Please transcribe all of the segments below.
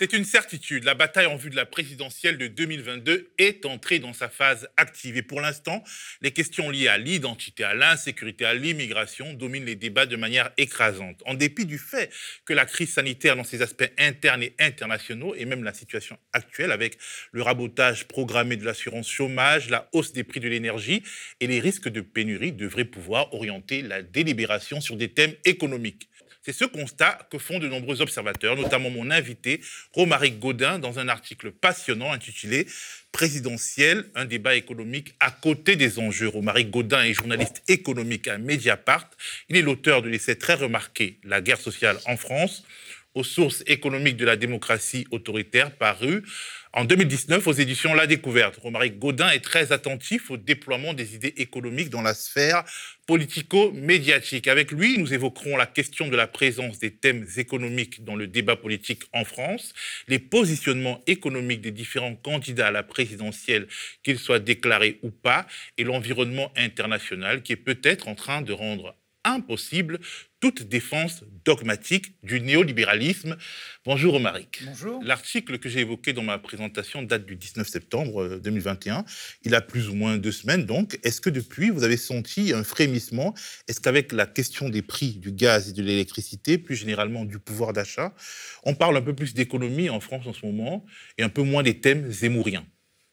C'est une certitude. La bataille en vue de la présidentielle de 2022 est entrée dans sa phase active. Et pour l'instant, les questions liées à l'identité, à l'insécurité, à l'immigration dominent les débats de manière écrasante. En dépit du fait que la crise sanitaire dans ses aspects internes et internationaux, et même la situation actuelle avec le rabotage programmé de l'assurance chômage, la hausse des prix de l'énergie et les risques de pénurie devraient pouvoir orienter la délibération sur des thèmes économiques. C'est ce constat que font de nombreux observateurs, notamment mon invité, Romaric Gaudin, dans un article passionnant intitulé « Présidentiel, un débat économique à côté des enjeux ». Romaric Gaudin est journaliste économique à Mediapart. Il est l'auteur de l'essai très remarqué « La guerre sociale en France », aux sources économiques de la démocratie autoritaire, paru en 2019 aux éditions La Découverte. Romaric Gaudin est très attentif au déploiement des idées économiques dans la sphère politico-médiatique. Avec lui, nous évoquerons la question de la présence des thèmes économiques dans le débat politique en France, les positionnements économiques des différents candidats à la présidentielle, qu'ils soient déclarés ou pas, et l'environnement international qui est peut-être en train de rendre impossible toute défense dogmatique du néolibéralisme. Bonjour Romaric. Bonjour. L'article que j'ai évoqué dans ma présentation date du 19 septembre 2021. Il a plus ou moins 2 semaines donc. Est-ce que depuis, vous avez senti un frémissement? Est-ce qu'avec la question des prix du gaz et de l'électricité, plus généralement du pouvoir d'achat, on parle un peu plus d'économie en France en ce moment et un peu moins des thèmes zémouriens?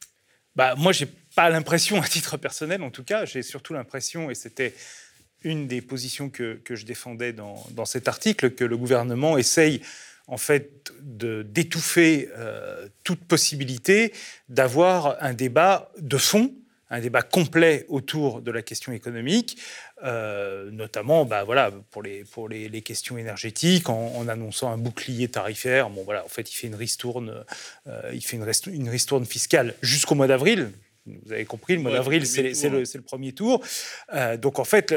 Moi, j'ai pas l'impression, à titre personnel en tout cas, j'ai surtout l'impression, et c'était une des positions que je défendais dans cet article, que le gouvernement essaye en fait d'étouffer toute possibilité d'avoir un débat de fond, un débat complet autour de la question économique, notamment pour les questions énergétiques, en annonçant un bouclier tarifaire. En fait, il fait une ristourne, une ristourne fiscale jusqu'au mois d'avril. Vous avez compris, le mois d'avril, c'est le premier tour. Donc, en fait,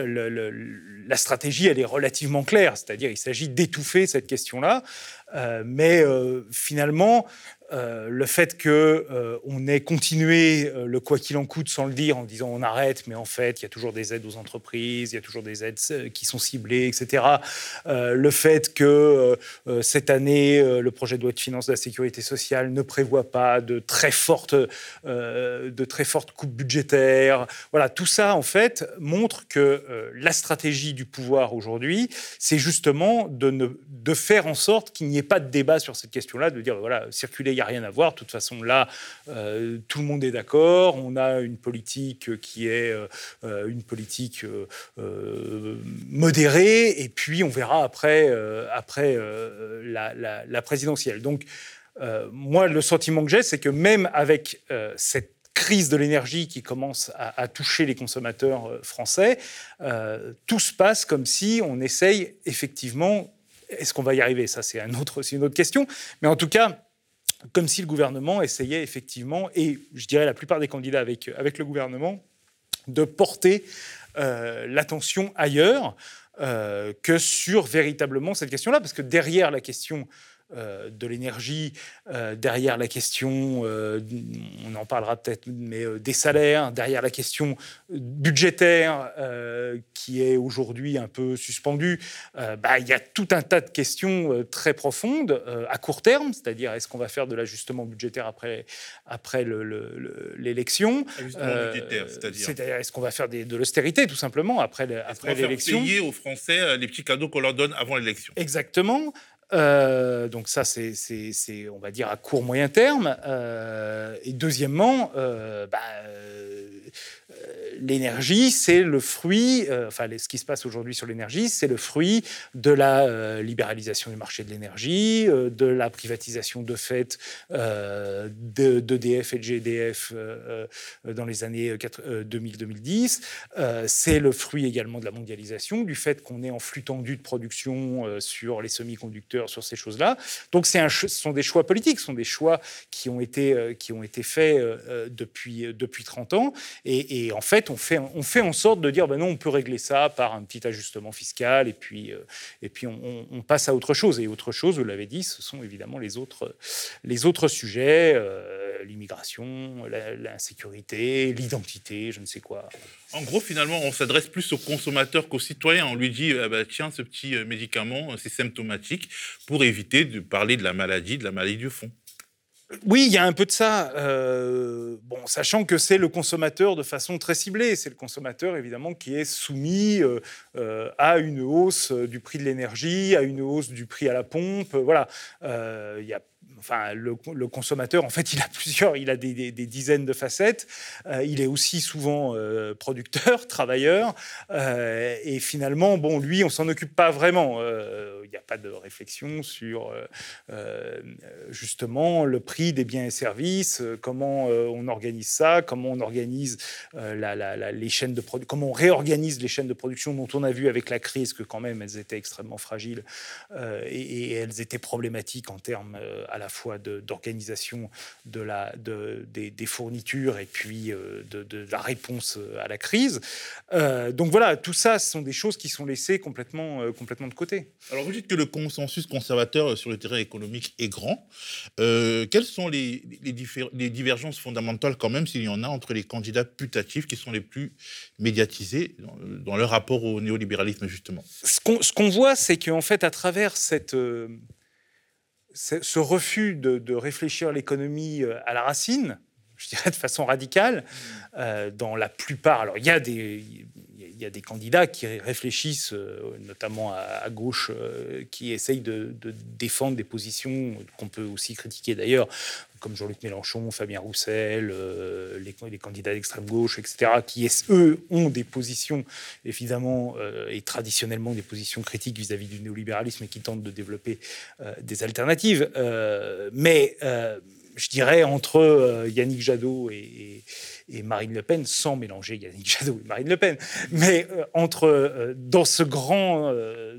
la stratégie, elle est relativement claire. C'est-à-dire, il s'agit d'étouffer cette question-là. Mais finalement, le fait qu'on ait continué le quoi qu'il en coûte sans le dire, en disant on arrête, mais en fait, il y a toujours des aides aux entreprises, il y a toujours des aides qui sont ciblées, etc. Le fait que cette année, le projet de loi de finances de la sécurité sociale ne prévoit pas de très fortes coupes budgétaires. Voilà, tout ça, en fait, montre que la stratégie du pouvoir aujourd'hui, c'est justement de faire en sorte qu'il n'y ait pas de débat sur cette question-là, de dire, voilà, circuler, il n'y a rien à voir. De toute façon, là, tout le monde est d'accord. On a une politique qui est une politique modérée, et puis on verra après la présidentielle. Donc, moi, le sentiment que j'ai, c'est que même avec cette crise de l'énergie qui commence à toucher les consommateurs français, tout se passe comme si on essaye effectivement... Est-ce qu'on va y arriver? Ça, c'est une autre question. Mais en tout cas, comme si le gouvernement essayait effectivement, et je dirais la plupart des candidats avec le gouvernement, de porter l'attention ailleurs que sur véritablement cette question-là. Parce que derrière la question de l'énergie, derrière la question, on en parlera peut-être, mais des salaires, derrière la question budgétaire qui est aujourd'hui un peu suspendue, il y a tout un tas de questions très profondes à court terme, c'est-à-dire est-ce qu'on va faire de l'ajustement budgétaire après l'élection? Ajustement budgétaire, c'est-à-dire est-ce qu'on va faire de l'austérité tout simplement après l'élection? Faire payer aux Français les petits cadeaux qu'on leur donne avant l'élection. Exactement. Donc ça, c'est, on va dire, à court moyen terme. Et deuxièmement, l'énergie, c'est le fruit, ce qui se passe aujourd'hui sur l'énergie, c'est le fruit de la libéralisation du marché de l'énergie, de la privatisation de fait d'EDF et de GDF dans les années 2000-2010. C'est le fruit également de la mondialisation, du fait qu'on est en flux tendu de production sur les semi-conducteurs, sur ces choses-là. Donc ce sont des choix politiques, ce sont des choix qui ont été faits depuis 30 ans. Et en fait, on fait en sorte de dire non, on peut régler ça par un petit ajustement fiscal, et puis on passe à autre chose. Et autre chose, vous l'avez dit, ce sont évidemment les autres sujets, l'immigration, l'insécurité, l'identité, je ne sais quoi. En gros, finalement, on s'adresse plus au consommateur qu'au citoyen. On lui dit, tiens, ce petit médicament, c'est symptomatique, pour éviter de parler de la maladie du fond. Oui, il y a un peu de ça. Sachant que c'est le consommateur de façon très ciblée. C'est le consommateur, évidemment, qui est soumis à une hausse du prix de l'énergie, à une hausse du prix à la pompe. Voilà. Le consommateur, en fait, il a des dizaines de facettes. Il est aussi souvent producteur, travailleur. Et finalement, lui, on s'en occupe pas vraiment. Il n'y a pas de réflexion sur justement le prix des biens et services, comment on organise ça, comment on organise les chaînes de production, comment on réorganise les chaînes de production dont on a vu avec la crise que quand même elles étaient extrêmement fragiles et elles étaient problématiques en termes à la fois d'organisation des fournitures et puis de la réponse à la crise. Donc voilà, tout ça, ce sont des choses qui sont laissées complètement de côté. Alors vous dites que le consensus conservateur sur le terrain économique est grand. Quelles sont les divergences fondamentales, quand même, s'il y en a, entre les candidats putatifs qui sont les plus médiatisés dans leur rapport au néolibéralisme, justement? Ce qu'on voit, c'est qu'en fait, à travers ce refus de réfléchir l'économie à la racine, je dirais de façon radicale, dans la plupart... Alors, il y a des candidats qui réfléchissent, notamment à gauche, qui essayent de défendre des positions qu'on peut aussi critiquer d'ailleurs, comme Jean-Luc Mélenchon, Fabien Roussel, les candidats d'extrême gauche, etc., qui, eux, ont des positions, évidemment, et traditionnellement des positions critiques vis-à-vis du néolibéralisme et qui tentent de développer des alternatives. Mais je dirais, entre Yannick Jadot et Marine Le Pen, sans mélanger Yannick Jadot et Marine Le Pen, mais dans ce grand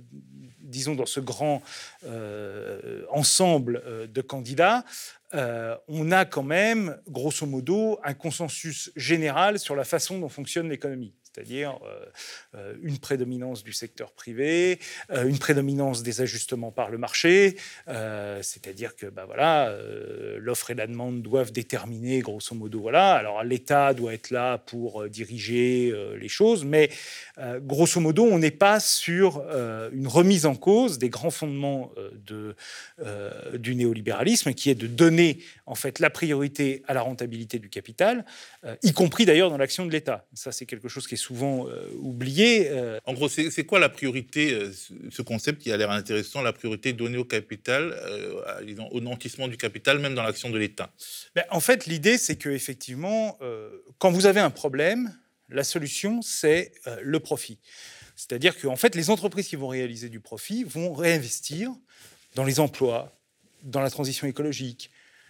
ensemble de candidats, on a quand même, grosso modo, un consensus général sur la façon dont fonctionne l'économie. C'est-à-dire une prédominance du secteur privé, une prédominance des ajustements par le marché, c'est-à-dire que l'offre et la demande doivent déterminer, grosso modo, voilà. Alors l'État doit être là pour diriger les choses, mais grosso modo, on n'est pas sur une remise en cause des grands fondements du néolibéralisme, qui est de donner en fait la priorité à la rentabilité du capital, y compris d'ailleurs dans l'action de l'État. Ça, c'est quelque chose qui est souvent oublié. En gros, c'est quoi la priorité, ce concept qui a l'air intéressant, la priorité donnée au capital, au nantissement du capital, même dans l'action de l'État? En fait, l'idée, c'est qu'effectivement, quand vous avez un problème, la solution, c'est le profit. C'est-à-dire qu'en fait, les entreprises qui vont réaliser du profit vont réinvestir dans les emplois, dans la transition écologique,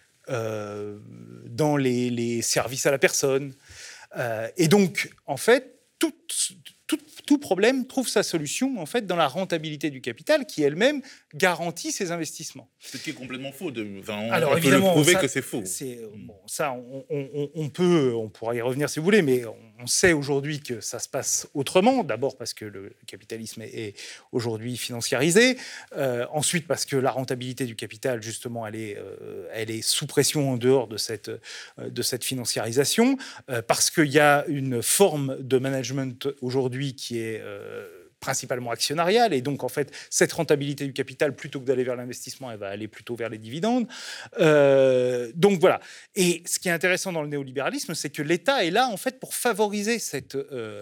dans les services à la personne. Et donc, en fait, tout problème trouve sa solution en fait dans la rentabilité du capital qui elle-même garantit ses investissements. Ce qui est complètement faux. On peut le prouver que c'est faux. On pourra y revenir si vous voulez, mais on sait aujourd'hui que ça se passe autrement. D'abord parce que le capitalisme est aujourd'hui financiarisé. Ensuite parce que la rentabilité du capital, justement, elle est sous pression en dehors de cette financiarisation. Parce qu'il y a une forme de management aujourd'hui qui est principalement actionnariale, et donc en fait cette rentabilité du capital, plutôt que d'aller vers l'investissement, elle va aller plutôt vers les dividendes. Donc voilà. Et ce qui est intéressant dans le néolibéralisme, c'est que l'État est là en fait pour favoriser cette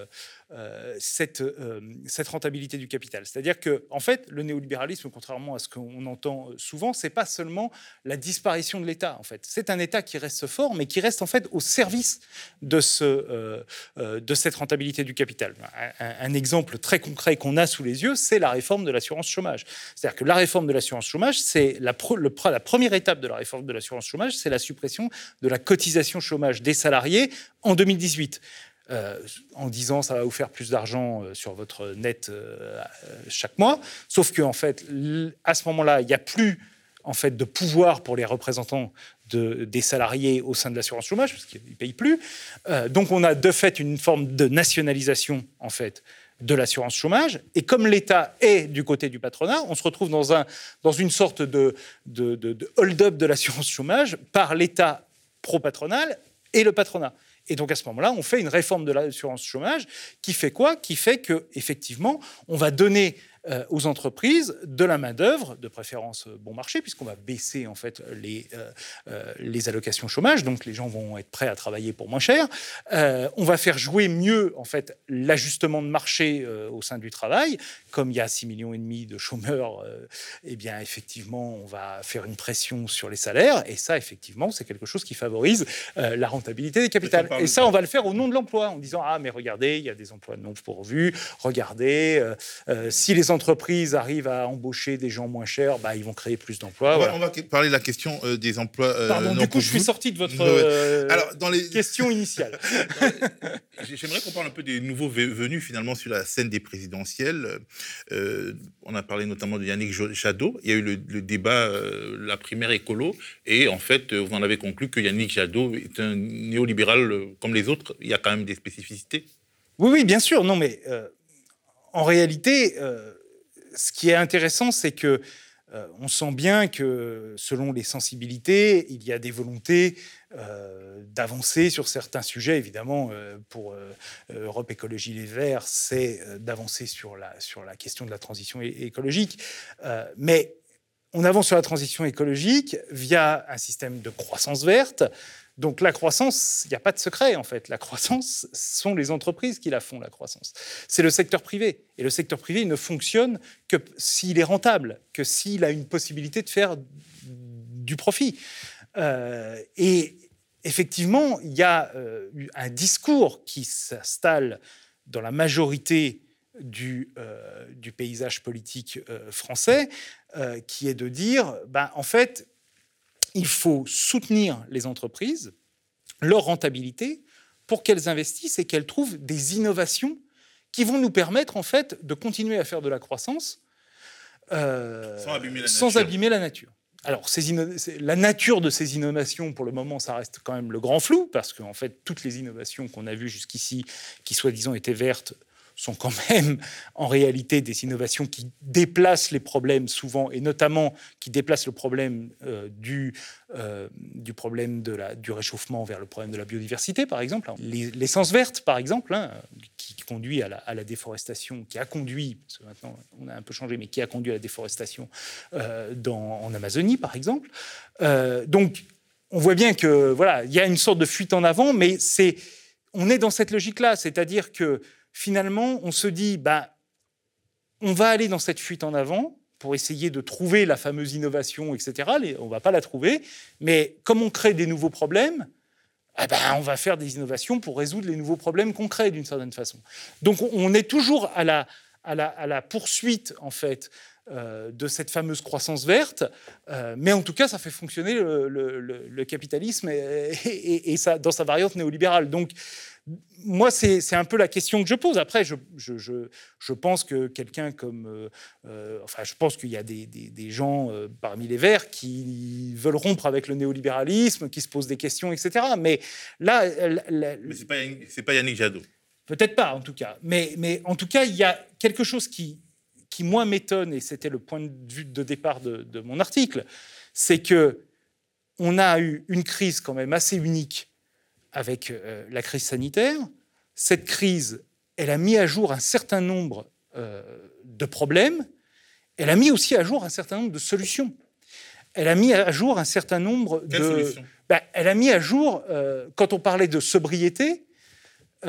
rentabilité du capital. C'est-à-dire que en fait le néolibéralisme, contrairement à ce qu'on entend souvent, c'est pas seulement la disparition de l'État. En fait, c'est un État qui reste fort, mais qui reste en fait au service de cette rentabilité du capital. Un exemple très concret qu'on a sous les yeux, c'est la réforme de l'assurance chômage. C'est-à-dire que la réforme de l'assurance chômage, c'est la première étape de la réforme de l'assurance chômage, c'est la suppression de la cotisation chômage des salariés en 2018. En disant ça va vous faire plus d'argent sur votre net chaque mois, sauf qu'en fait, à ce moment-là, il n'y a plus en fait de pouvoir pour les représentants des salariés au sein de l'assurance chômage, parce qu'ils ne payent plus. Donc on a de fait une forme de nationalisation en fait de l'assurance chômage, et comme l'État est du côté du patronat, on se retrouve dans une sorte de hold-up de l'assurance chômage par l'État pro-patronal et le patronat. Et donc à ce moment-là, on fait une réforme de l'assurance chômage qui fait quoi ? Qui fait qu'effectivement, on va donner aux entreprises de la main-d'œuvre, de préférence bon marché, puisqu'on va baisser en fait les allocations chômage, donc les gens vont être prêts à travailler pour moins cher. On va faire jouer mieux en fait l'ajustement de marché au sein du travail. Comme il y a 6,5 millions de chômeurs, eh bien effectivement, on va faire une pression sur les salaires, et ça, effectivement, c'est quelque chose qui favorise la rentabilité des capitales. Et ça, on va le faire au nom de l'emploi, en disant ah mais regardez, il y a des emplois non pourvus. Regardez, si les entreprises arrivent à embaucher des gens moins chers, bah, ils vont créer plus d'emplois. On va parler de la question des emplois. Pardon, du coup, je suis sorti de votre Alors, question initiale. J'aimerais qu'on parle un peu des nouveaux venus finalement sur la scène des présidentielles. On a parlé notamment de Yannick Jadot. Il y a eu le débat, la primaire écolo, et en fait, vous en avez conclu que Yannick Jadot est un néolibéral comme les autres. Il y a quand même des spécificités. Oui, bien sûr. Non, mais en réalité, ce qui est intéressant, c'est que on sent bien que selon les sensibilités, il y a des volontés d'avancer sur certains sujets. Évidemment, pour Europe Écologie Les Verts, c'est d'avancer sur la question de la transition écologique. Mais on avance sur la transition écologique via un système de croissance verte. Donc la croissance, il n'y a pas de secret en fait. La croissance, ce sont les entreprises qui la font, la croissance. C'est le secteur privé. Et le secteur privé, il ne fonctionne que s'il est rentable, que s'il a une possibilité de faire du profit. Et effectivement, il y a un discours qui s'installe dans la majorité du paysage politique français, qui est de dire, en fait, il faut soutenir les entreprises, leur rentabilité, pour qu'elles investissent et qu'elles trouvent des innovations qui vont nous permettre en fait de continuer à faire de la croissance sans abîmer la nature. Alors, la nature de ces innovations, pour le moment, ça reste quand même le grand flou, parce qu'en fait, toutes les innovations qu'on a vues jusqu'ici, qui soi-disant étaient vertes, sont quand même en réalité des innovations qui déplacent les problèmes souvent, et notamment qui déplacent le problème du problème du réchauffement vers le problème de la biodiversité, par exemple. L'essence verte, par exemple, qui conduit à la déforestation, qui a conduit, parce que maintenant on a un peu changé, mais qui a conduit à la déforestation en Amazonie, par exemple. Donc, on voit bien que voilà, il y a une sorte de fuite en avant, mais on est dans cette logique-là, c'est-à-dire que finalement, on se dit, on va aller dans cette fuite en avant pour essayer de trouver la fameuse innovation, etc. On ne va pas la trouver, mais comme on crée des nouveaux problèmes, on va faire des innovations pour résoudre les nouveaux problèmes qu'on crée d'une certaine façon. Donc on est toujours à la poursuite, en fait, de cette fameuse croissance verte, mais en tout cas, ça fait fonctionner le capitalisme et ça, dans sa variante néolibérale. Donc, moi, c'est un peu la question que je pose. Après, je pense que quelqu'un comme... je pense qu'il y a des gens parmi les Verts qui veulent rompre avec le néolibéralisme, qui se posent des questions, etc. Mais là... Mais c'est pas Yannick Jadot. Peut-être pas, en tout cas. Mais en tout cas, il y a quelque chose qui moi, m'étonne, et c'était le point de vue de départ de mon article, c'est qu'on a eu une crise quand même assez unique avec la crise sanitaire. Cette crise, elle a mis à jour un certain nombre de problèmes. Elle a mis aussi à jour un certain nombre de solutions. Elle a mis à jour un certain nombre Quelle solution ? Elle a mis à jour, quand on parlait de sobriété, on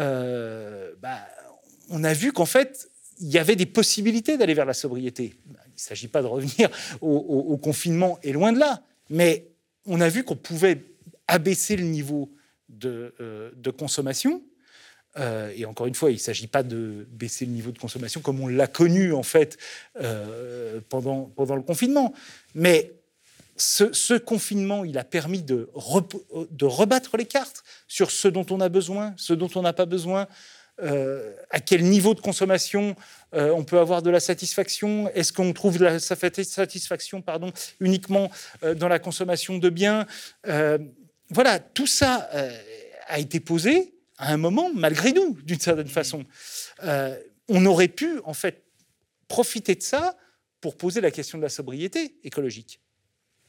a vu qu'en fait, il y avait des possibilités d'aller vers la sobriété. Il ne s'agit pas de revenir au confinement, et loin de là. Mais on a vu qu'on pouvait abaisser le niveau de consommation. Et encore une fois, il ne s'agit pas de baisser le niveau de consommation comme on l'a connu, en fait, pendant le confinement. Mais ce confinement, il a permis de rebattre les cartes sur ce dont on a besoin, ce dont on n'a pas besoin, à quel niveau de consommation on peut avoir de la satisfaction. Est-ce qu'on trouve la satisfaction uniquement dans la consommation de biens ? Voilà, tout ça a été posé à un moment, malgré nous, d'une certaine façon. On aurait pu, en fait, profiter de ça pour poser la question de la sobriété écologique.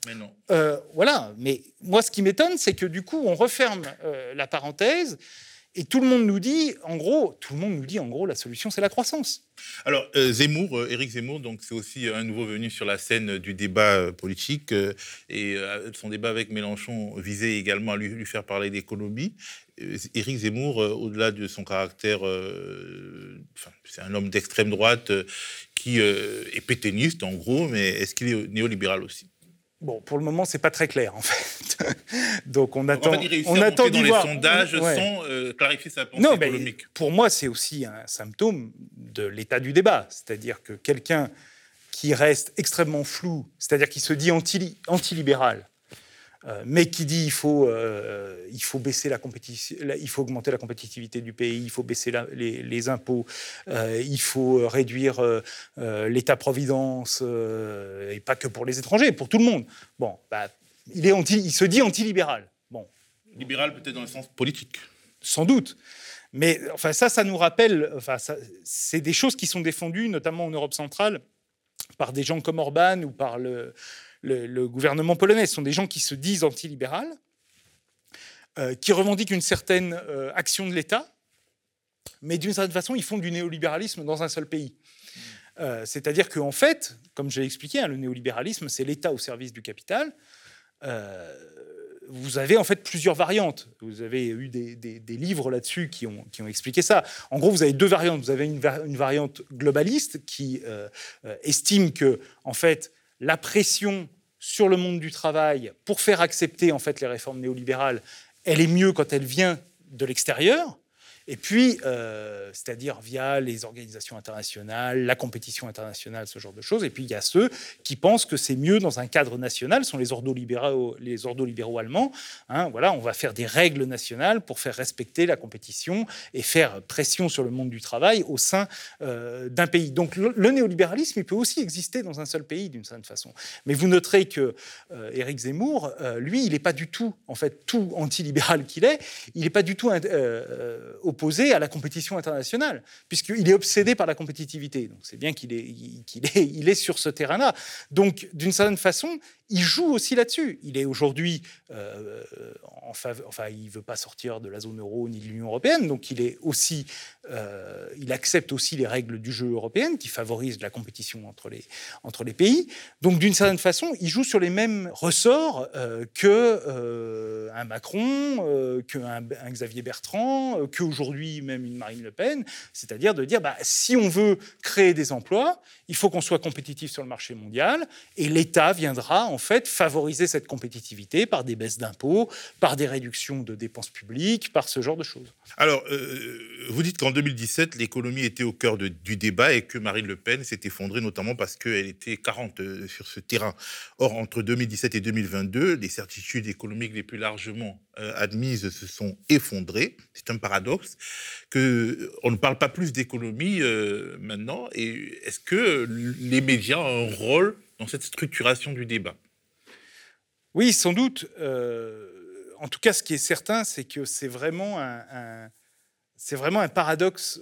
Mais non. Voilà. Mais moi, ce qui m'étonne, c'est que du coup, on referme la parenthèse et tout le monde nous dit, en gros, la solution, c'est la croissance. Alors, Zemmour, Éric Zemmour, donc c'est aussi un nouveau venu sur la scène du débat politique. Et son débat avec Mélenchon visait également à lui faire parler d'économie. Éric Zemmour, au-delà de son caractère, c'est un homme d'extrême droite qui est pétainiste, en gros, mais est-ce qu'il est néolibéral aussi ? Bon, pour le moment, c'est pas très clair, en fait. Donc, on attend. En fait, il réussit à monter dans les sondages sans clarifier sa pensée économique. Pour moi, c'est aussi un symptôme de l'état du débat. C'est-à-dire que quelqu'un qui reste extrêmement flou, c'est-à-dire qui se dit antilibéral, mais qui dit il faut baisser la compétition, il faut augmenter la compétitivité du pays, il faut baisser les impôts, il faut réduire l'État-providence, et pas que pour les étrangers, pour tout le monde. Bon, il se dit antilibéral. Bon. Libéral peut-être dans le sens politique. Sans doute. Mais enfin, ça nous rappelle, c'est des choses qui sont défendues, notamment en Europe centrale, par des gens comme Orban ou par le gouvernement polonais. Ce sont des gens qui se disent antilibérales, qui revendiquent une certaine action de l'État, mais d'une certaine façon, ils font du néolibéralisme dans un seul pays. C'est-à-dire qu'en fait, comme je l'ai expliqué, le néolibéralisme, c'est l'État au service du capital. Vous avez en fait plusieurs variantes. Vous avez eu des livres là-dessus qui ont expliqué ça. En gros, vous avez deux variantes. Vous avez une variante globaliste qui estime que, en fait, la pression sur le monde du travail pour faire accepter en fait les réformes néolibérales, elle est mieux quand elle vient de l'extérieur. Et puis, c'est-à-dire via les organisations internationales, la compétition internationale, ce genre de choses. Et puis, il y a ceux qui pensent que c'est mieux dans un cadre national, ce sont les ordolibéraux allemands. Voilà, on va faire des règles nationales pour faire respecter la compétition et faire pression sur le monde du travail au sein d'un pays. Donc, le néolibéralisme, il peut aussi exister dans un seul pays, d'une certaine façon. Mais vous noterez que Éric Zemmour, lui, il n'est pas du tout, en fait, tout antilibéral qu'il est, il n'est pas du tout opposé à la compétition internationale, puisqu'il est obsédé par la compétitivité. Donc c'est bien qu'il est sur ce terrain-là. Donc d'une certaine façon, il joue aussi là-dessus. Il est aujourd'hui il ne veut pas sortir de la zone euro ni de l'Union européenne, donc il accepte aussi les règles du jeu européen qui favorisent la compétition entre les pays. Donc d'une certaine façon, il joue sur les mêmes ressorts qu'un Macron, qu'un Xavier Bertrand, qu'aujourd'hui même une Marine Le Pen, c'est-à-dire de dire si on veut créer des emplois, il faut qu'on soit compétitif sur le marché mondial, et l'État viendra en fait favoriser cette compétitivité par des baisses d'impôts, par des réductions de dépenses publiques, par ce genre de choses. Alors, vous dites qu'en 2017, l'économie était au cœur du débat et que Marine Le Pen s'est effondrée, notamment parce qu'elle était carente sur ce terrain. Or, entre 2017 et 2022, les certitudes économiques les plus largement admises se sont effondrées. C'est un paradoxe qu'on ne parle pas plus d'économie maintenant. Et est-ce que les médias ont un rôle dans cette structuration du débat ? Oui, sans doute. En tout cas, ce qui est certain, c'est que c'est vraiment un paradoxe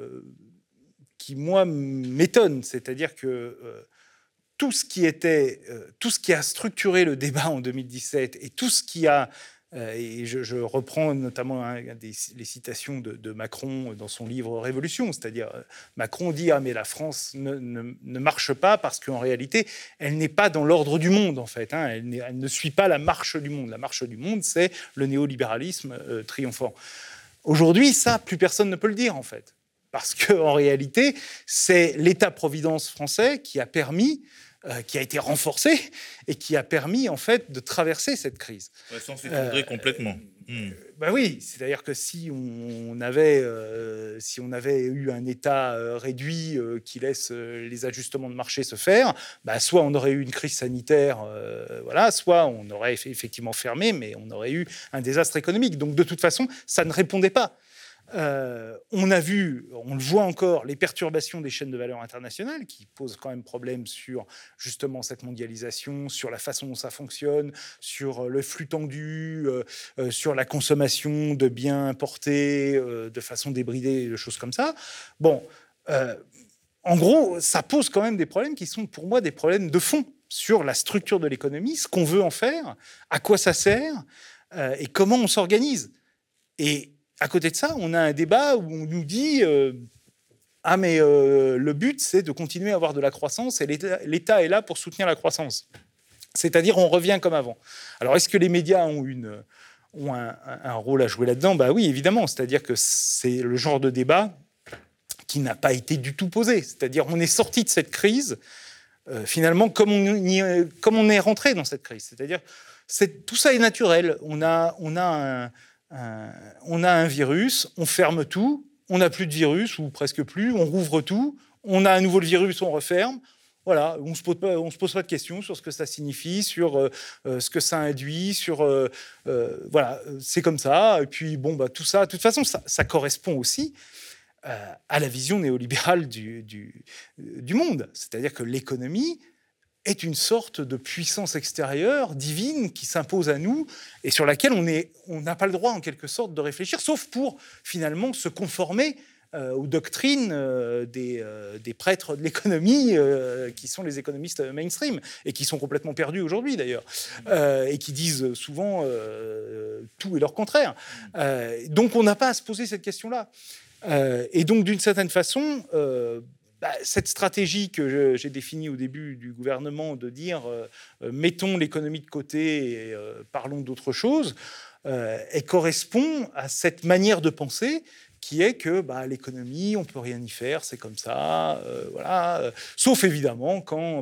qui, moi, m'étonne. C'est-à-dire que tout ce qui a structuré le débat en 2017 et tout ce qui a... et je reprends notamment les citations de Macron dans son livre Révolution, c'est-à-dire Macron dit « mais la France ne marche pas parce qu'en réalité, elle n'est pas dans l'ordre du monde, en fait. Elle ne suit pas la marche du monde. La marche du monde, c'est le néolibéralisme triomphant. » Aujourd'hui, ça, plus personne ne peut le dire, en fait. Parce qu'en réalité, c'est l'État-providence français qui a été renforcé et qui a permis en fait de traverser cette crise. Ouais, sans s'effondrer complètement. Oui, c'est-à-dire que si on avait eu un État réduit qui laisse les ajustements de marché se faire, soit on aurait eu une crise sanitaire, soit on aurait effectivement fermé, mais on aurait eu un désastre économique. Donc de toute façon, ça ne répondait pas. On le voit encore, les perturbations des chaînes de valeur internationales qui posent quand même problème sur justement cette mondialisation, sur la façon dont ça fonctionne, sur le flux tendu, sur la consommation de biens importés de façon débridée, de choses comme ça. Bon, en gros, ça pose quand même des problèmes qui sont pour moi des problèmes de fond. sur la structure de l'économie, ce qu'on veut en faire, à quoi ça sert et comment on s'organise. Et à côté de ça, on a un débat où on nous dit ah mais le but c'est de continuer à avoir de la croissance et l'État est là pour soutenir la croissance. C'est-à-dire on revient comme avant. Alors est-ce que les médias ont un rôle à jouer là-dedans ? Bah oui, évidemment. C'est-à-dire que c'est le genre de débat qui n'a pas été du tout posé. C'est-à-dire on est sorti de cette crise finalement comme on est rentré dans cette crise. C'est-à-dire tout ça est naturel. On a un virus, on ferme tout, on n'a plus de virus ou presque plus, on rouvre tout, on a un nouveau virus, on referme. Voilà, on ne se pose pas de questions sur ce que ça signifie, sur ce que ça induit, voilà, c'est comme ça. Et puis, bon, tout ça, de toute façon, ça correspond aussi à la vision néolibérale du monde. C'est-à-dire que l'économie est une sorte de puissance extérieure, divine, qui s'impose à nous et sur laquelle on n'a pas le droit, en quelque sorte, de réfléchir, sauf pour, finalement, se conformer aux doctrines des prêtres de l'économie, qui sont les économistes mainstream, et qui sont complètement perdus aujourd'hui, d'ailleurs, et qui disent souvent tout et leur contraire. Donc, on n'a pas à se poser cette question-là. Et donc, d'une certaine façon... cette stratégie que j'ai définie au début du gouvernement de dire mettons l'économie de côté et parlons d'autre chose, elle correspond à cette manière de penser qui est que l'économie, on ne peut rien y faire, c'est comme ça, voilà. Sauf évidemment quand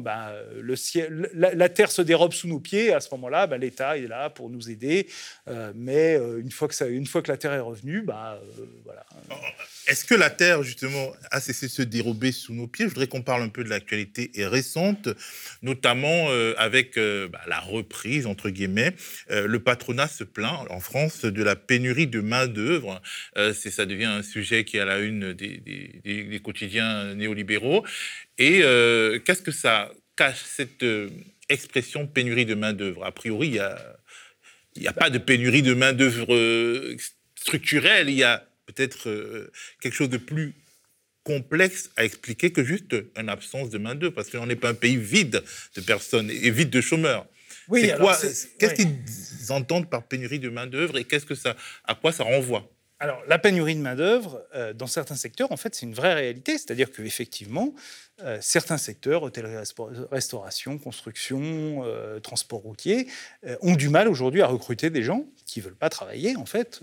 la terre se dérobe sous nos pieds, à ce moment-là, l'État est là pour nous aider, mais une fois que la terre est revenue, voilà. Est-ce que la terre, justement, a cessé de se dérober sous nos pieds ? Je voudrais qu'on parle un peu de l'actualité récente, notamment avec la reprise, entre guillemets. Le patronat se plaint, en France, de la pénurie de main-d'œuvre. Ça devient un sujet qui est à la une des quotidiens néolibéraux. Et qu'est-ce que ça cache, cette expression pénurie de main-d'œuvre ? A priori, il n'y a pas de pénurie de main-d'œuvre structurelle, il y a peut-être quelque chose de plus complexe à expliquer que juste une absence de main-d'œuvre, parce qu'on n'est pas un pays vide de personnes et vide de chômeurs. Oui, qu'est-ce qu'ils entendent par pénurie de main-d'œuvre et à quoi ça renvoie ? Alors, la pénurie de main-d'œuvre, dans certains secteurs, en fait, c'est une vraie réalité. C'est-à-dire qu'effectivement, certains secteurs, hôtellerie, restauration, construction, transport routier, ont du mal aujourd'hui à recruter des gens qui ne veulent pas travailler, en fait,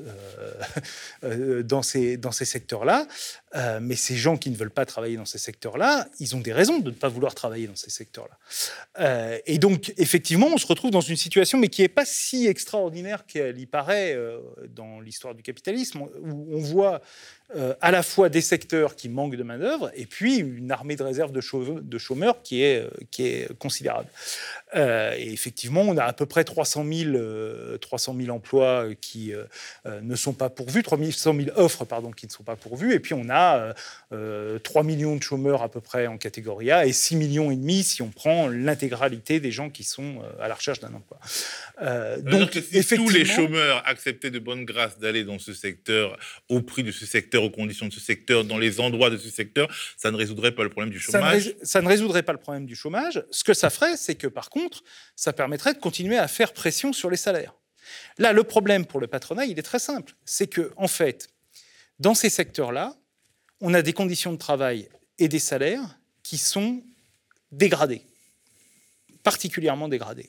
dans ces secteurs-là. Mais ces gens qui ne veulent pas travailler dans ces secteurs-là, ils ont des raisons de ne pas vouloir travailler dans ces secteurs-là. Et donc, effectivement, on se retrouve dans une situation, mais qui n'est pas si extraordinaire qu'elle y paraît dans l'histoire du capitalisme, où on voit à la fois des secteurs qui manquent de main-d'œuvre et puis une armée de réserve de chômeurs qui est considérable. Et effectivement, on a à peu près 300 000 emplois qui ne sont pas pourvus, 300 000 offres qui ne sont pas pourvues, et puis on a 3 millions de chômeurs à peu près en catégorie A et 6,5 millions si on prend l'intégralité des gens qui sont à la recherche d'un emploi. Donc, si tous les chômeurs acceptaient de bonne grâce d'aller dans ce secteur, au prix de ce secteur, aux conditions de ce secteur, dans les endroits de ce secteur, ça ne résoudrait pas le problème du chômage. Ça ne résoudrait pas le problème du chômage. Ce que ça ferait, c'est que par contre, ça permettrait de continuer à faire pression sur les salaires. Là, le problème pour le patronat, il est très simple. C'est que, en fait, dans ces secteurs-là, on a des conditions de travail et des salaires qui sont dégradés, particulièrement dégradés.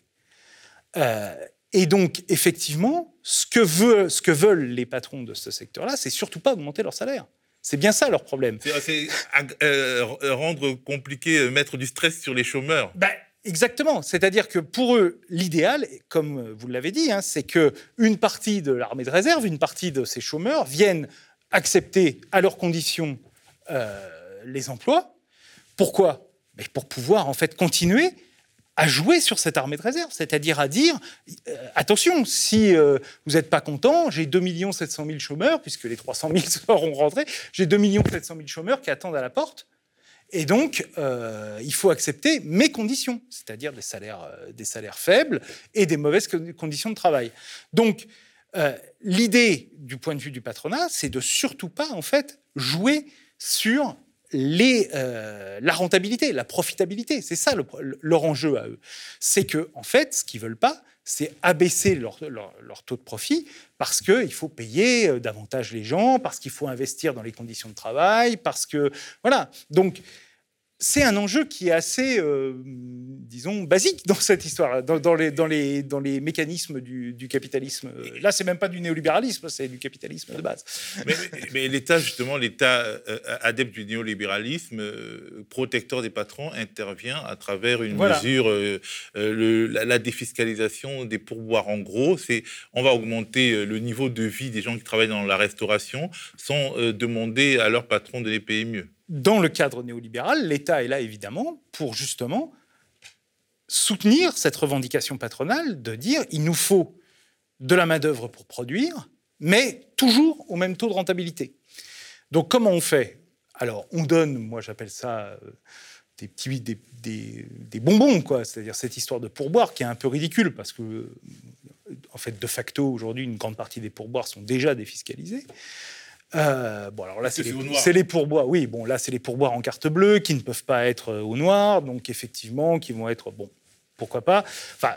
Et donc, effectivement, ce que veulent les patrons de ce secteur-là, c'est surtout pas augmenter leur salaire. C'est bien ça leur problème. C'est rendre compliqué, mettre du stress sur les chômeurs. Exactement. C'est-à-dire que pour eux, l'idéal, comme vous l'avez dit, c'est qu'une partie de l'armée de réserve, une partie de ces chômeurs viennent accepter à leurs conditions les emplois. Pourquoi ? Pour pouvoir en fait continuer à jouer sur cette armée de réserve, c'est-à-dire à dire attention, si vous n'êtes pas content, j'ai 2 700 000 chômeurs, puisque les 300 000 seront rentrés, j'ai 2 700 000 chômeurs qui attendent à la porte, et donc il faut accepter mes conditions, c'est-à-dire des salaires faibles et des mauvaises conditions de travail. Donc l'idée du point de vue du patronat, c'est de surtout pas en fait jouer sur la rentabilité, la profitabilité. C'est ça leur enjeu à eux. C'est que, en fait, ce qu'ils veulent pas, c'est abaisser leur taux de profit parce qu'il faut payer davantage les gens, parce qu'il faut investir dans les conditions de travail, parce que... Voilà. Donc, c'est un enjeu qui est assez, disons, basique dans cette histoire, dans les mécanismes du capitalisme. Là, c'est même pas du néolibéralisme, c'est du capitalisme de base. Mais l'État, justement, l'État adepte du néolibéralisme, protecteur des patrons, intervient à travers une mesure, la défiscalisation des pourboires. En gros, on va augmenter le niveau de vie des gens qui travaillent dans la restauration sans demander à leurs patrons de les payer mieux. Dans le cadre néolibéral, l'État est là, évidemment, pour justement soutenir cette revendication patronale de dire il nous faut de la main-d'œuvre pour produire, mais toujours au même taux de rentabilité. Donc, comment on fait ? Alors, on donne, moi j'appelle ça des bonbons, quoi. C'est-à-dire cette histoire de pourboire qui est un peu ridicule, parce que, en fait, de facto, aujourd'hui, une grande partie des pourboires sont déjà défiscalisés. Bon, alors là, c'est les pourboires. Oui, bon, là, c'est les pourboires en carte bleue qui ne peuvent pas être au noir, donc effectivement, qui vont être, bon, pourquoi pas. Enfin,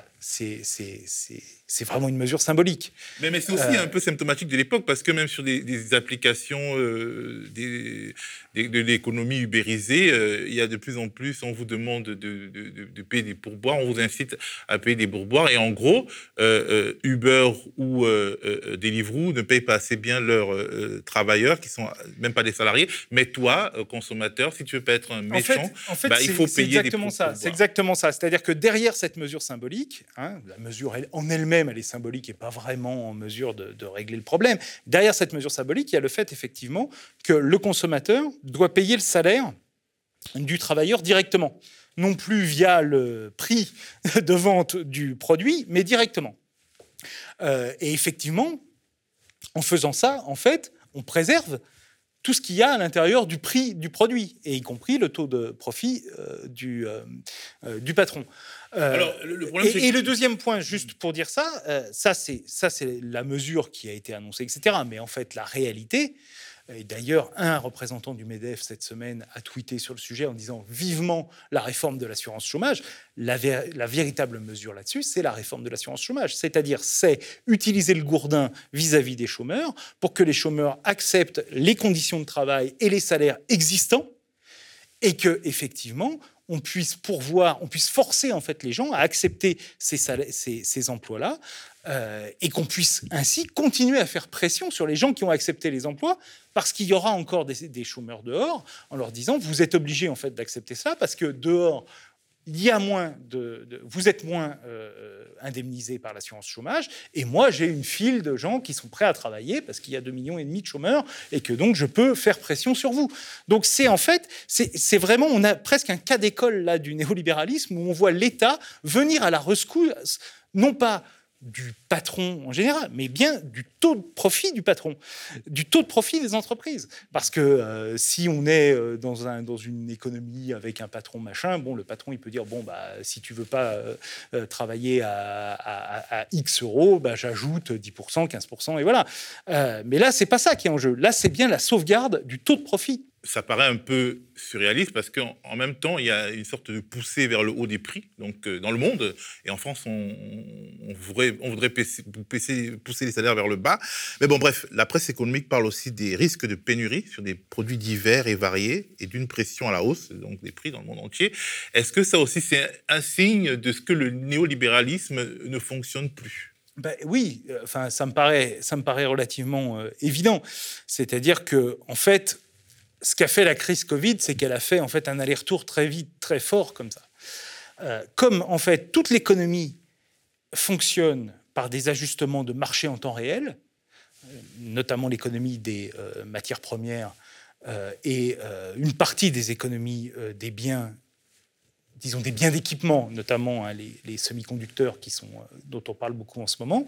c'est vraiment une mesure symbolique. Mais c'est aussi un peu symptomatique de l'époque, parce que même sur des applications de l'économie ubérisée, il y a de plus en plus, on vous demande de payer des pourboires, on vous incite à payer des pourboires, et en gros, Uber ou Deliveroo ne payent pas assez bien leurs travailleurs, qui sont même pas des salariés, mais toi, consommateur, si tu veux pas être un méchant, il faut payer des pourboires. C'est exactement ça. C'est-à-dire que derrière cette mesure symbolique, la mesure en elle-même, elle est symbolique et pas vraiment en mesure de régler le problème. Derrière cette mesure symbolique, il y a le fait, effectivement, que le consommateur doit payer le salaire du travailleur directement. Non plus via le prix de vente du produit, mais directement. Et effectivement, en faisant ça, en fait, on préserve tout ce qu'il y a à l'intérieur du prix du produit, et y compris le taux de profit du patron. Alors, le problème, et le deuxième point, juste pour dire ça, ça c'est la mesure qui a été annoncée, etc. Mais en fait, la réalité, et d'ailleurs, un représentant du MEDEF cette semaine a tweeté sur le sujet en disant vivement la réforme de l'assurance chômage. La véritable mesure là-dessus, c'est la réforme de l'assurance chômage. C'est-à-dire, c'est utiliser le gourdin vis-à-vis des chômeurs pour que les chômeurs acceptent les conditions de travail et les salaires existants, et que effectivement on puisse forcer en fait les gens à accepter ces emplois-là, et qu'on puisse ainsi continuer à faire pression sur les gens qui ont accepté les emplois, parce qu'il y aura encore des chômeurs dehors, en leur disant vous êtes obligés en fait d'accepter ça, parce que dehors il y a vous êtes moins indemnisés par l'assurance chômage, et moi j'ai une file de gens qui sont prêts à travailler parce qu'il y a 2,5 millions de chômeurs, et que donc je peux faire pression sur vous. Donc c'est vraiment, on a presque un cas d'école là du néolibéralisme, où on voit l'État venir à la rescousse, non pas du patron en général, mais bien du taux de profit du patron, du taux de profit des entreprises. Parce que si on est dans une économie avec un patron machin, bon, le patron, il peut dire, bon, si tu veux pas travailler à X euros, j'ajoute 10%, 15%, et voilà. Mais là, c'est pas ça qui est en jeu. Là, c'est bien la sauvegarde du taux de profit. Ça paraît un peu surréaliste, parce qu'en même temps, il y a une sorte de poussée vers le haut des prix, donc dans le monde, et en France, on voudrait pousser les salaires vers le bas. Mais bon, bref, la presse économique parle aussi des risques de pénurie sur des produits divers et variés, et d'une pression à la hausse, donc des prix dans le monde entier. Est-ce que ça aussi, c'est un signe de ce que le néolibéralisme ne fonctionne plus ? Oui, ça me paraît relativement évident. C'est-à-dire que, en fait, ce qu'a fait la crise Covid, c'est qu'elle a fait en fait un aller-retour très vite, très fort comme ça. Comme en fait toute l'économie fonctionne par des ajustements de marché en temps réel, notamment l'économie des matières premières et une partie des économies des biens, disons des biens d'équipement, notamment les semi-conducteurs dont on parle beaucoup en ce moment.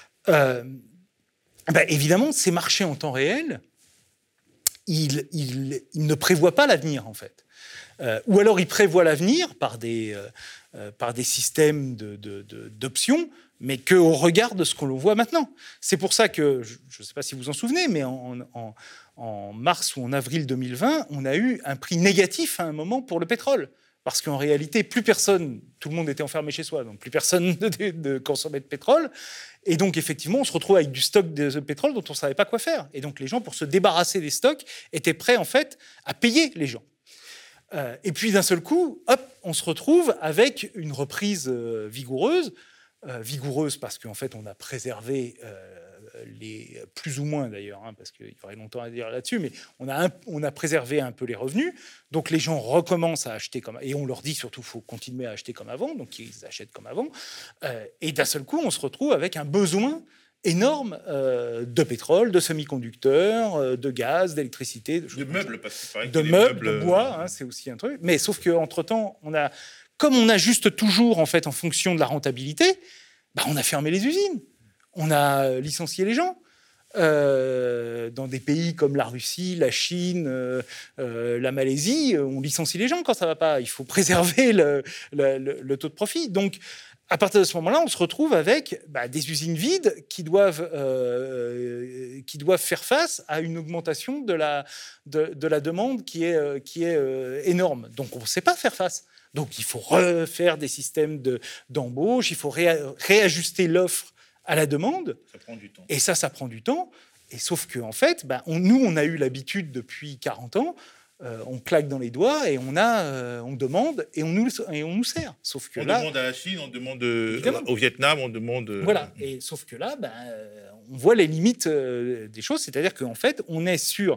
Évidemment, ces marchés en temps réel, il ne prévoit pas l'avenir, en fait. Ou alors il prévoit l'avenir par des par des systèmes d'options, mais qu'au regard de ce qu'on voit maintenant. C'est pour ça que, je ne sais pas si vous en souvenez, mais en mars ou en avril 2020, on a eu un prix négatif à un moment pour le pétrole. Parce qu'en réalité, plus personne, tout le monde était enfermé chez soi, donc plus personne ne consommait de pétrole. Et donc, effectivement, on se retrouve avec du stock de pétrole dont on ne savait pas quoi faire. Et donc, les gens, pour se débarrasser des stocks, étaient prêts, en fait, à payer les gens. Et puis, d'un seul coup, hop, on se retrouve avec une reprise vigoureuse. Vigoureuse parce qu'en fait, on a préservé plus ou moins d'ailleurs, parce qu'il y aurait longtemps à dire là-dessus, mais on a préservé un peu les revenus. Donc les gens recommencent à acheter et on leur dit surtout qu'il faut continuer à acheter comme avant, donc ils achètent comme avant. Et d'un seul coup, on se retrouve avec un besoin énorme de pétrole, de semi-conducteurs, de gaz, d'électricité, de meubles, parce que de meubles, de bois, c'est aussi un truc. Mais sauf qu'entre-temps, comme on ajuste toujours en fait en fonction de la rentabilité, on a fermé les usines. On a licencié les gens. Dans des pays comme la Russie, la Chine, la Malaisie, on licencie les gens quand ça ne va pas. Il faut préserver le taux de profit. Donc, à partir de ce moment-là, on se retrouve avec des usines vides qui doivent faire face à une augmentation de la demande qui est énorme. Donc, on ne sait pas faire face. Donc, il faut refaire des systèmes d'embauche, il faut réajuster l'offre à la demande. Ça prend du temps. Et ça prend du temps. Et sauf qu'en fait, on a eu l'habitude depuis 40 ans, on claque dans les doigts et on demande et on nous sert. Sauf que demande à la Chine, on demande au Vietnam, on demande... Voilà. Et sauf que là, on voit les limites des choses. C'est-à-dire qu'en fait, on est sur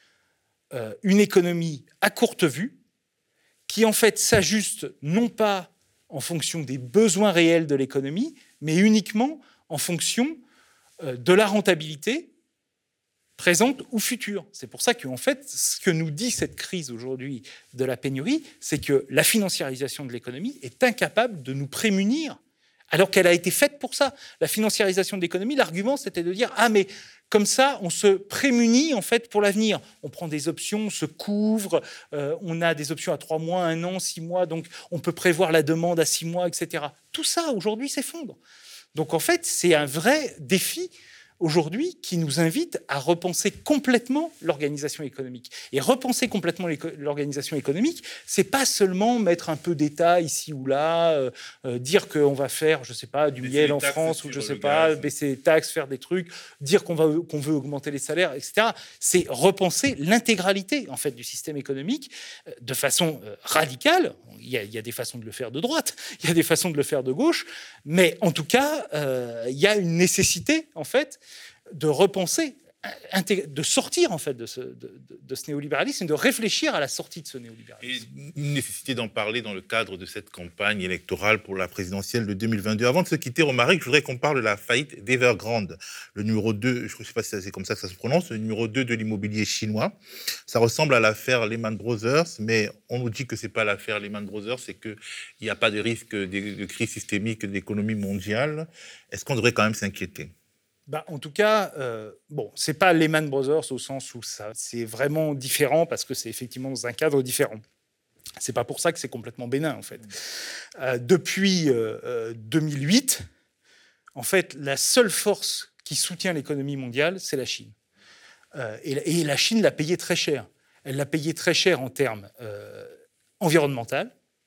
une économie à courte vue, qui en fait s'ajuste non pas en fonction des besoins réels de l'économie, mais uniquement en fonction de la rentabilité présente ou future. C'est pour ça qu'en fait, ce que nous dit cette crise aujourd'hui de la pénurie, c'est que la financiarisation de l'économie est incapable de nous prémunir, alors qu'elle a été faite pour ça. La financiarisation de l'économie, l'argument, c'était de dire « Ah, mais comme ça, on se prémunit en fait pour l'avenir. On prend des options, on se couvre, on a des options à 3 mois, 1 an, 6 mois, donc on peut prévoir la demande à 6 mois, etc. » Tout ça, aujourd'hui, s'effondre. Donc, en fait, c'est un vrai défi aujourd'hui qui nous invite à repenser complètement l'organisation économique. Et repenser complètement l'organisation économique, c'est pas seulement mettre un peu d'État ici ou là, dire qu'on va faire, je sais pas, du miel en France, ou je sais pas, baisser les taxes, faire des trucs, dire qu'on veut augmenter les salaires, etc. C'est repenser l'intégralité en fait du système économique de façon radicale. Il y a des façons de le faire de droite, il y a des façons de le faire de gauche, mais en tout cas, il y a une nécessité en fait de repenser, de sortir en fait de ce néolibéralisme et de réfléchir à la sortie de ce néolibéralisme. Et une nécessité d'en parler dans le cadre de cette campagne électorale pour la présidentielle de 2022. Avant de se quitter, Romaric, je voudrais qu'on parle de la faillite d'Evergrande, le numéro 2, je ne sais pas si c'est comme ça que ça se prononce, le numéro 2 de l'immobilier chinois. Ça ressemble à l'affaire Lehman Brothers, mais on nous dit que ce n'est pas l'affaire Lehman Brothers, c'est qu'il n'y a pas de risque de crise systémique de l'économie mondiale. Est-ce qu'on devrait quand même s'inquiéter ? En tout cas, c'est pas Lehman Brothers au sens où c'est vraiment différent parce que c'est effectivement dans un cadre différent. C'est pas pour ça que c'est complètement bénin en fait. Depuis 2008, en fait, la seule force qui soutient l'économie mondiale, c'est la Chine. Et la Chine l'a payé très cher. Elle l'a payé très cher en termes environnementaux.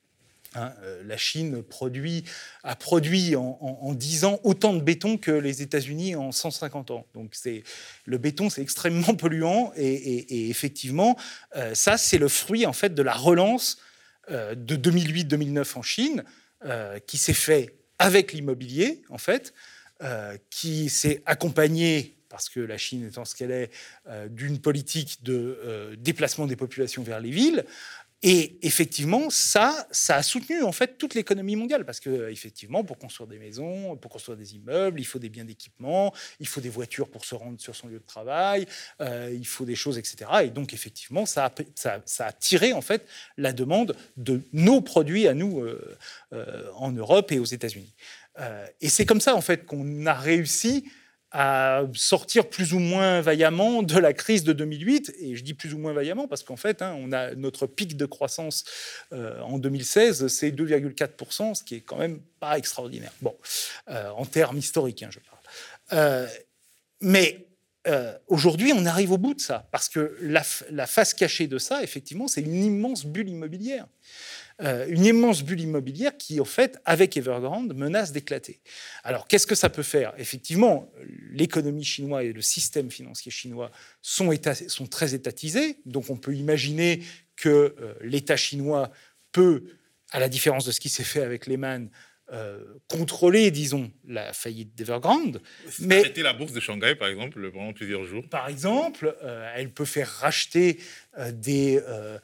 La Chine a produit en 10 ans autant de béton que les États-Unis en 150 ans. Donc le béton, c'est extrêmement polluant et effectivement, ça, c'est le fruit en fait de la relance de 2008-2009 en Chine, qui s'est fait avec l'immobilier en fait, qui s'est accompagné, parce que la Chine étant ce qu'elle est, d'une politique de déplacement des populations vers les villes. Et effectivement, ça a soutenu en fait toute l'économie mondiale parce que effectivement, pour construire des maisons, pour construire des immeubles, il faut des biens d'équipement, il faut des voitures pour se rendre sur son lieu de travail, il faut des choses, etc. Et donc effectivement, ça a tiré en fait la demande de nos produits à nous en Europe et aux États-Unis. Et c'est comme ça en fait qu'on a réussi à sortir plus ou moins vaillamment de la crise de 2008. Et je dis plus ou moins vaillamment parce qu'en fait, on a notre pic de croissance en 2016, c'est 2,4%, ce qui est quand même pas extraordinaire. Bon, en termes historiques, je parle. Mais aujourd'hui, on arrive au bout de ça, parce que la face cachée de ça, effectivement, c'est une immense bulle immobilière. Une immense bulle immobilière qui, en fait, avec Evergrande, menace d'éclater. Alors, qu'est-ce que ça peut faire ? Effectivement, l'économie chinoise et le système financier chinois sont très étatisés, donc on peut imaginer que l'État chinois peut, à la différence de ce qui s'est fait avec Lehman, contrôler, disons, la faillite d'Evergrande. Mais arrêter la bourse de Shanghai, par exemple, pendant plusieurs jours. Par exemple, elle peut faire racheter des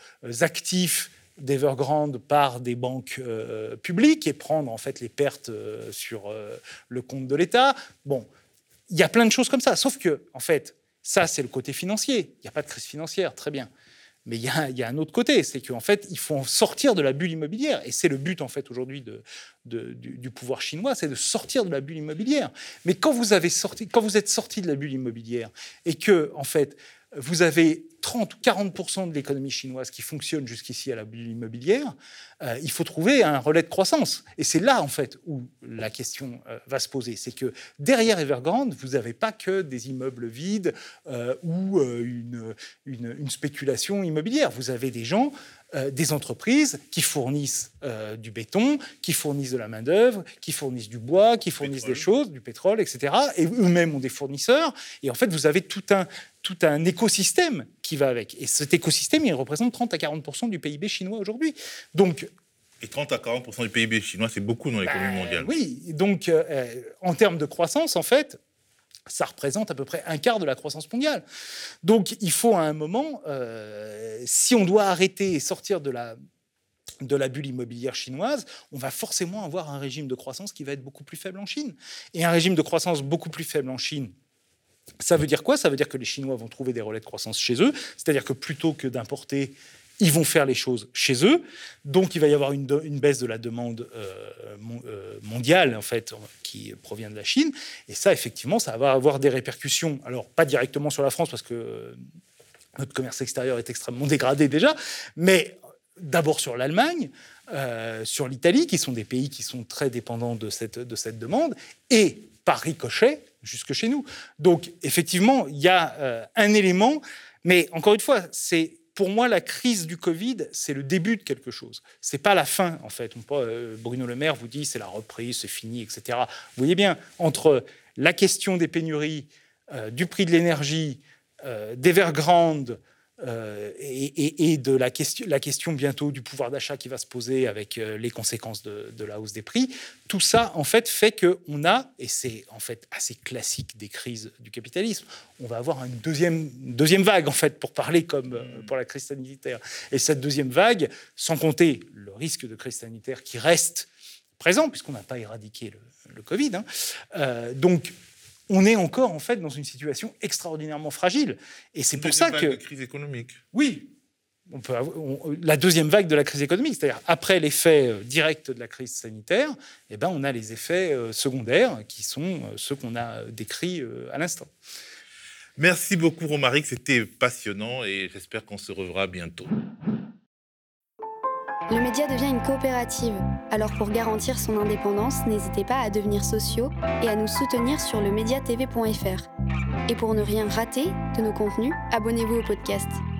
actifs d'Evergrande par des banques publiques et prendre en fait les pertes sur le compte de l'État. Bon, il y a plein de choses comme ça. Sauf que, en fait, ça, c'est le côté financier. Il n'y a pas de crise financière, très bien. Mais il y a un autre côté, c'est qu'en fait, il faut sortir de la bulle immobilière. Et c'est le but, en fait, aujourd'hui du pouvoir chinois, c'est de sortir de la bulle immobilière. Mais quand vous êtes sorti de la bulle immobilière et que, en fait, vous avez 30 ou 40% de l'économie chinoise qui fonctionne jusqu'ici à la bulle immobilière, il faut trouver un relais de croissance. Et c'est là, en fait, où la question va se poser. C'est que derrière Evergrande, vous n'avez pas que des immeubles vides ou une spéculation immobilière. Vous avez des gens, des entreprises qui fournissent du béton, qui fournissent de la main-d'œuvre, qui fournissent du bois, qui fournissent des choses, du pétrole, etc. Et eux-mêmes ont des fournisseurs. Et en fait, vous avez tout un écosystème qui va avec. Et cet écosystème, il représente 30 à 40% du PIB chinois aujourd'hui. Donc, et 30 à 40% du PIB chinois, c'est beaucoup dans l'économie mondiale. Oui, donc en termes de croissance, en fait, ça représente à peu près un quart de la croissance mondiale. Donc, il faut à un moment, si on doit arrêter et sortir de la bulle immobilière chinoise, on va forcément avoir un régime de croissance qui va être beaucoup plus faible en Chine. Et un régime de croissance beaucoup plus faible en Chine, ça veut dire quoi ? Ça veut dire que les Chinois vont trouver des relais de croissance chez eux, c'est-à-dire que plutôt que d'importer, ils vont faire les choses chez eux. Donc, il va y avoir une baisse de la demande mondiale, en fait, qui provient de la Chine. Et ça, effectivement, ça va avoir des répercussions. Alors, pas directement sur la France, parce que notre commerce extérieur est extrêmement dégradé déjà, mais d'abord sur l'Allemagne, sur l'Italie, qui sont des pays qui sont très dépendants de cette demande, et par ricochet, jusque chez nous. Donc, effectivement, il y a un élément, mais encore une fois, pour moi, la crise du Covid, c'est le début de quelque chose. C'est pas la fin, en fait. Bruno Le Maire vous dit c'est la reprise, c'est fini, etc. Vous voyez bien, entre la question des pénuries, du prix de l'énergie, d'Evergrande, et de la question bientôt du pouvoir d'achat qui va se poser avec les conséquences de la hausse des prix, tout ça en fait qu'on a, et c'est en fait assez classique des crises du capitalisme, on va avoir une deuxième vague en fait, pour parler comme pour la crise sanitaire. Et cette deuxième vague, sans compter le risque de crise sanitaire qui reste présent, puisqu'on n'a pas éradiqué le Covid, donc on est encore en fait dans une situation extraordinairement fragile. Et c'est pour ça que... Deuxième vague de crise économique. Oui, la deuxième vague de la crise économique, c'est-à-dire après l'effet direct de la crise sanitaire, on a les effets secondaires qui sont ceux qu'on a décrits à l'instant. Merci beaucoup Romaric, c'était passionnant et j'espère qu'on se reverra bientôt. Le média devient une coopérative. Alors pour garantir son indépendance, n'hésitez pas à devenir sociaux et à nous soutenir sur lemediatv.fr. Et pour ne rien rater de nos contenus, abonnez-vous au podcast.